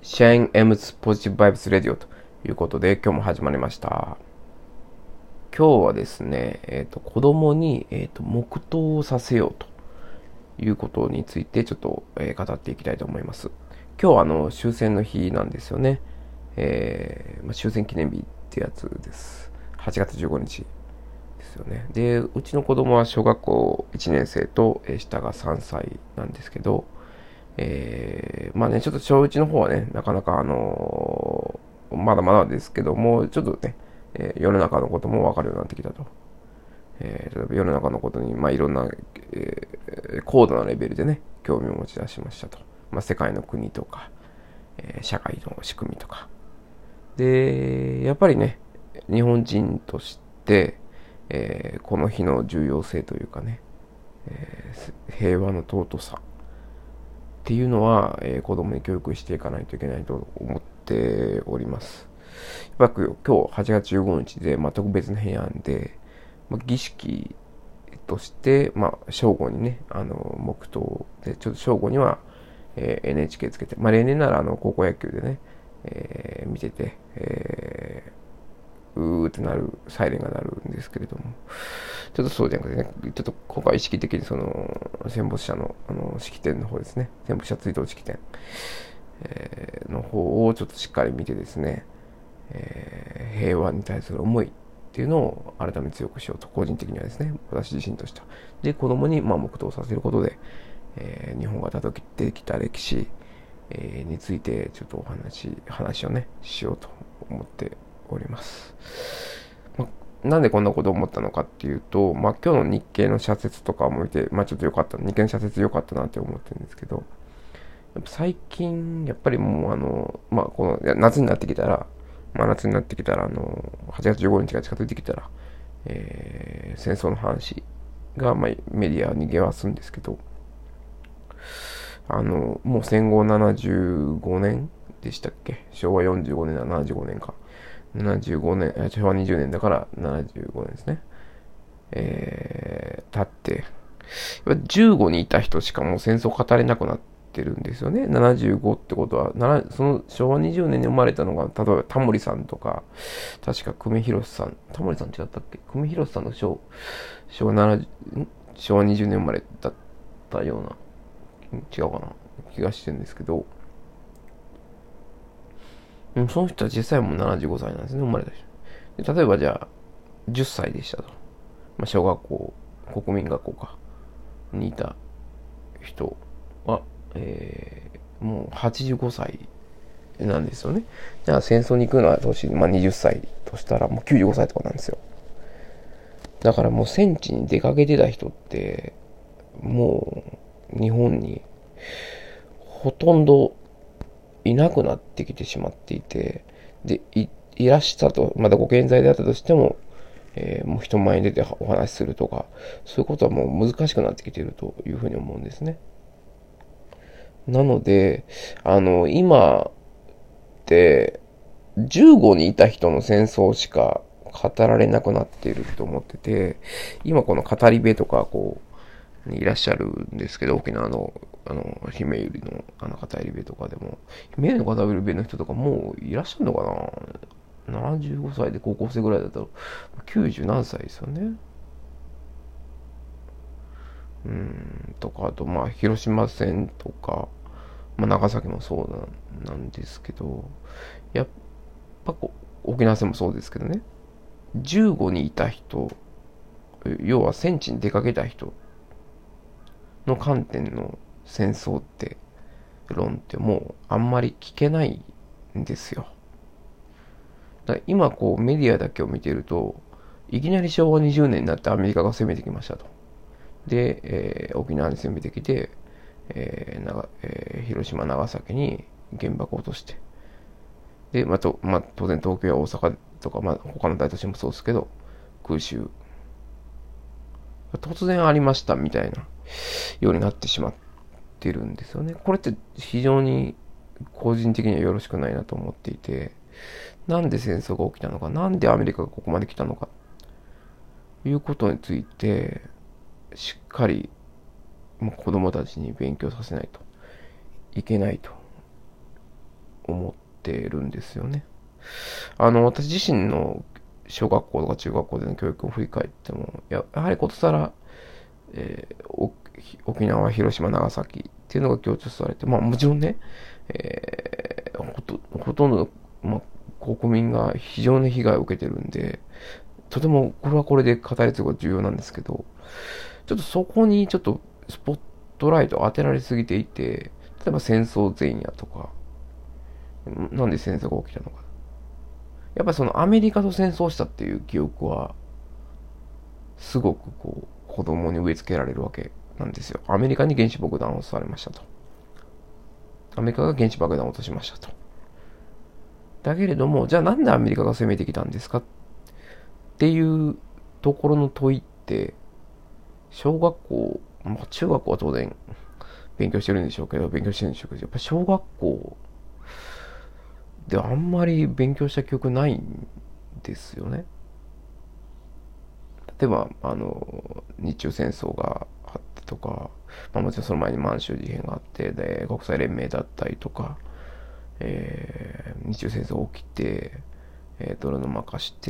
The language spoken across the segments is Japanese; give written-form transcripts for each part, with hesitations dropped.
シェーン・エムズ・ポジティブ・バイブス・レディオということで、今日も始まりました。今日はですね、子供に、黙祷をさせようということについてちょっと、語っていきたいと思います。今日は終戦の日なんですよね。終戦記念日ってやつです。8月15日ですよね。で、うちの子供は小学校1年生と、下が3歳なんですけど、まあね、ちょっと小1の方はね、なかなかまだまだですけども、ちょっとね、世の中のことも分かるようになってきたと。例えば世の中のことに、まあいろんな、高度なレベルでね、興味を持ち出しましたと。まあ世界の国とか、社会の仕組みとか。で、やっぱりね、日本人として、この日の重要性というかね、平和の尊さっていうのは、子供に教育していかないといけないと思っております。今日8月15日で、特別な日なんで、儀式として、正午にね、黙祷で、ちょっと正午には、NHK つけて、例年なら高校野球でね、見てて、うーってなる、サイレンが鳴るんですけれども、ちょっとそうじゃなくてね、ちょっと今回意識的に戦没者の、式典の方ですね、戦没者追悼式典、の方をちょっとしっかり見てですね、平和に対する思いっていうのを改めて強くしようと、個人的にはですね、私自身としては。で、子供に黙祷させることで、日本がたどってきた歴史、についてちょっと話をね、しようと思っております。なんでこんなことを思ったのかっていうと、今日の日経の社説とかを見て、ちょっと良かった、日経の社説良かったなって思ってるんですけど、やっぱ最近、やっぱりもうこの夏になってきたら、8月15日が近づいてきたら、戦争の話が、メディアに出回すんですけど、もう戦後75年でしたっけ、昭和45年だ、75年か。75年、昭和20年だから75年ですね。経って、15にいた人しかもう戦争語れなくなってるんですよね。75ってことは、その昭和20年に生まれたのが、例えばタモリさんとか、確か久米宏さん、タモリさん違ったっけ、久米宏さんの昭和昭和20年生まれだったような、違うかな気がしてるんですけど、その人は実際もう75歳なんですね、生まれた人。で、例えばじゃあ、10歳でしたと。小学校、国民学校か、にいた人は、もう85歳なんですよね。じゃあ戦争に行くのは年、20歳としたらもう95歳とかなんですよ。だからもう戦地に出かけてた人って、もう日本にほとんどいなくなってきてしまっていて、で、いらしたと、まだご健在であったとしても、もう人前に出てお話しするとか、そういうことはもう難しくなってきているというふうに思うんですね。なので、今って、15にいた人の戦争しか語られなくなっていると思ってて、今この語り部とか、いらっしゃるんですけど、沖縄の、姫ゆりの、語り部とかでも、姫ゆりの語り部の人とかもういらっしゃるのかな ?75 歳で高校生ぐらいだと、90何歳ですよね。とか、あと、広島戦とか、長崎もそうなんですけど、やっぱ沖縄戦もそうですけどね、15にいた人、要は戦地に出かけた人の観点の戦争って論ってもうあんまり聞けないんですよ。だから今メディアだけを見てると、いきなり昭和20年になってアメリカが攻めてきましたと。で、沖縄に攻めてきて、広島、長崎に原爆を落として、で、当然東京や大阪とか、他の大都市もそうですけど、空襲、突然ありましたみたいなようになってしまってるんですよね。これって非常に個人的にはよろしくないなと思っていて、なんで戦争が起きたのか、なんでアメリカがここまで来たのか、いうことについて、しっかり子供たちに勉強させないといけないと思ってるんですよね。私自身の小学校とか中学校での教育を振り返っても、やはりことさら、沖縄、広島、長崎っていうのが強調されて、まあもちろんね、ほとんど、まあ、国民が非常に被害を受けてるんで、とてもこれはこれで語り継ぐことが重要なんですけど、ちょっとそこにちょっとスポットライトを当てられすぎていて、例えば戦争前夜とか、なんで戦争が起きたのか。やっぱりそのアメリカと戦争したっていう記憶は、すごくこう、子供に植え付けられるわけなんですよ。アメリカに原子爆弾を落とされましたと。アメリカが原子爆弾を落としましたと。だけれども、じゃあなんでアメリカが攻めてきたんですかっていうところの問いって、小学校、まあ、中学校は当然勉強してるんでしょうけど、やっぱ小学校であんまり勉強した記憶ないんですよね。例えば、日中戦争があってとか、まあもちろんその前に満州事変があって、で、国際連盟だったりとか、日中戦争起きて、泥沼化して、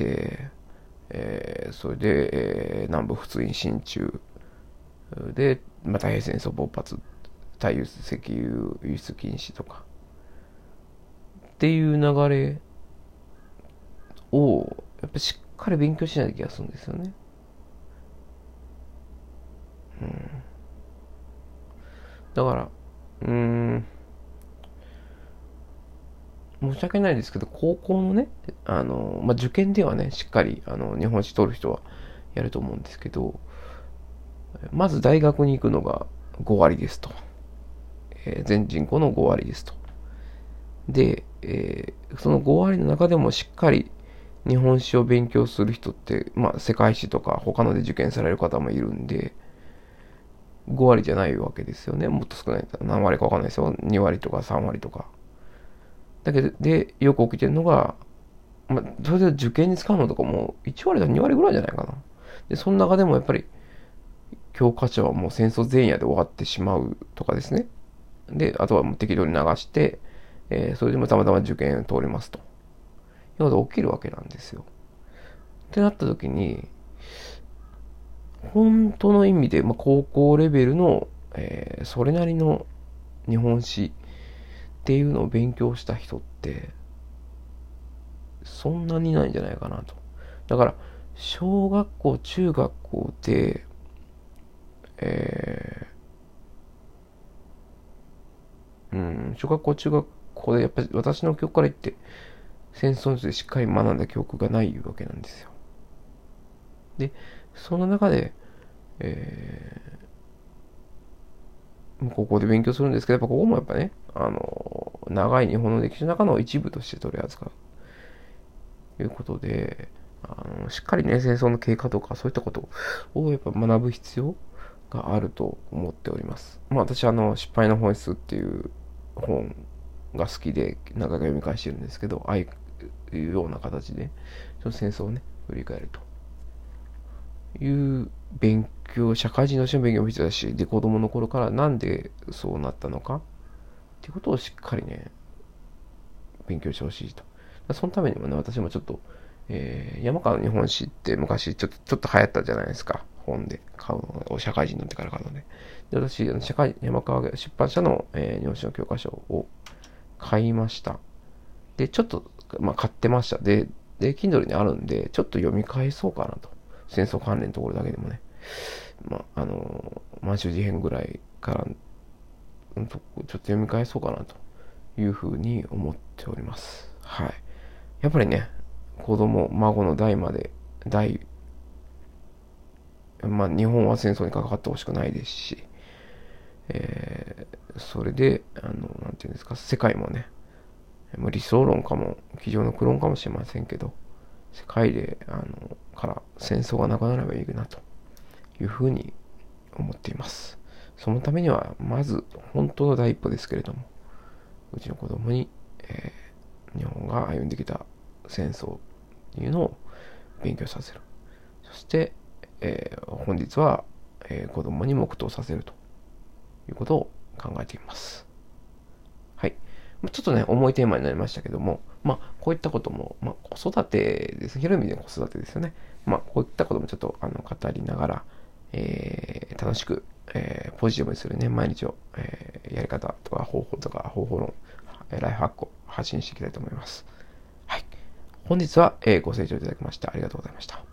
それで、南部仏印進駐で、まあ、太平戦争勃発、対輸石油輸出禁止とか、っていう流れを、やっぱしっかり勉強しないと気がするんですよね。だから、申し訳ないですけど、高校のね、まあ、受験ではね、しっかり、日本史取る人はやると思うんですけど、まず大学に行くのが5割ですと。全人口の5割ですと。で、その5割の中でもしっかり日本史を勉強する人って、まあ、世界史とか他ので受験される方もいるんで、5割じゃないわけですよね。もっと少ない。何割かわかんないですよ。2割とか3割とか。だけど、で、よく起きてるのが、まあ、それで受験に使うのとかも1割か2割ぐらいじゃないかな。で、その中でもやっぱり、教科書はもう戦争前夜で終わってしまうとかですね。で、あとはもう適当に流して、それでもたまたま受験を通りますと。いうことが起きるわけなんですよ。ってなった時に、本当の意味で、まあ、高校レベルの、それなりの日本史っていうのを勉強した人って、そんなにいないんじゃないかなと。だから、小学校、中学校で、え小学校、中学校でやっぱり私の記憶から言って、戦争についてしっかり学んだ記憶がないわけなんですよ。で、その中で、高校で勉強するんですけど、やっぱここもやっぱね、長い日本の歴史の中の一部として取り扱う。ということで、しっかりね、戦争の経過とかそういったことをやっぱ学ぶ必要があると思っております。まあ私失敗の本質っていう本が好きで何回か読み返してるんですけど、ああいうような形で、その戦争をね、振り返るという勉強、社会人としての勉強も必要だし、で、子供の頃からなんでそうなったのかっていうことをしっかりね、勉強してほしいと。そのためにもね、私もちょっと、山川の日本史って昔ちょっと流行ったじゃないですか。本で買うのを社会人になってから買うので。で、私、山川出版社の、日本史の教科書を買いました。で、ちょっと、まあ、買ってました。で、Kindle にあるんで、ちょっと読み返そうかなと。戦争関連のところだけでもね。まあ、満州事変ぐらいから、ちょっと読み返そうかなというふうに思っております。はい。やっぱりね、子供、孫の代まで、まあ日本は戦争に関わってほしくないですし、それで、なんていうんですか、世界もね、理想論かも、机上の苦論かもしれませんけど、世界で、から戦争がなくなればいいなというふうに思っています。そのためには、まず、本当の第一歩ですけれども、うちの子供に、日本が歩んできた戦争っていうのを勉強させる。そして、本日は、子供に黙祷させるということを考えています。はい。 ちょっとね、重いテーマになりましたけども、こういったことも、子育てです。広い意味での子育てですよね。こういったこともちょっと、語りながら、楽しく、ポジティブにするね、毎日を、やり方とか方法論、ライフハックを発信していきたいと思います。はい。本日は、ご清聴いただきましてありがとうございました。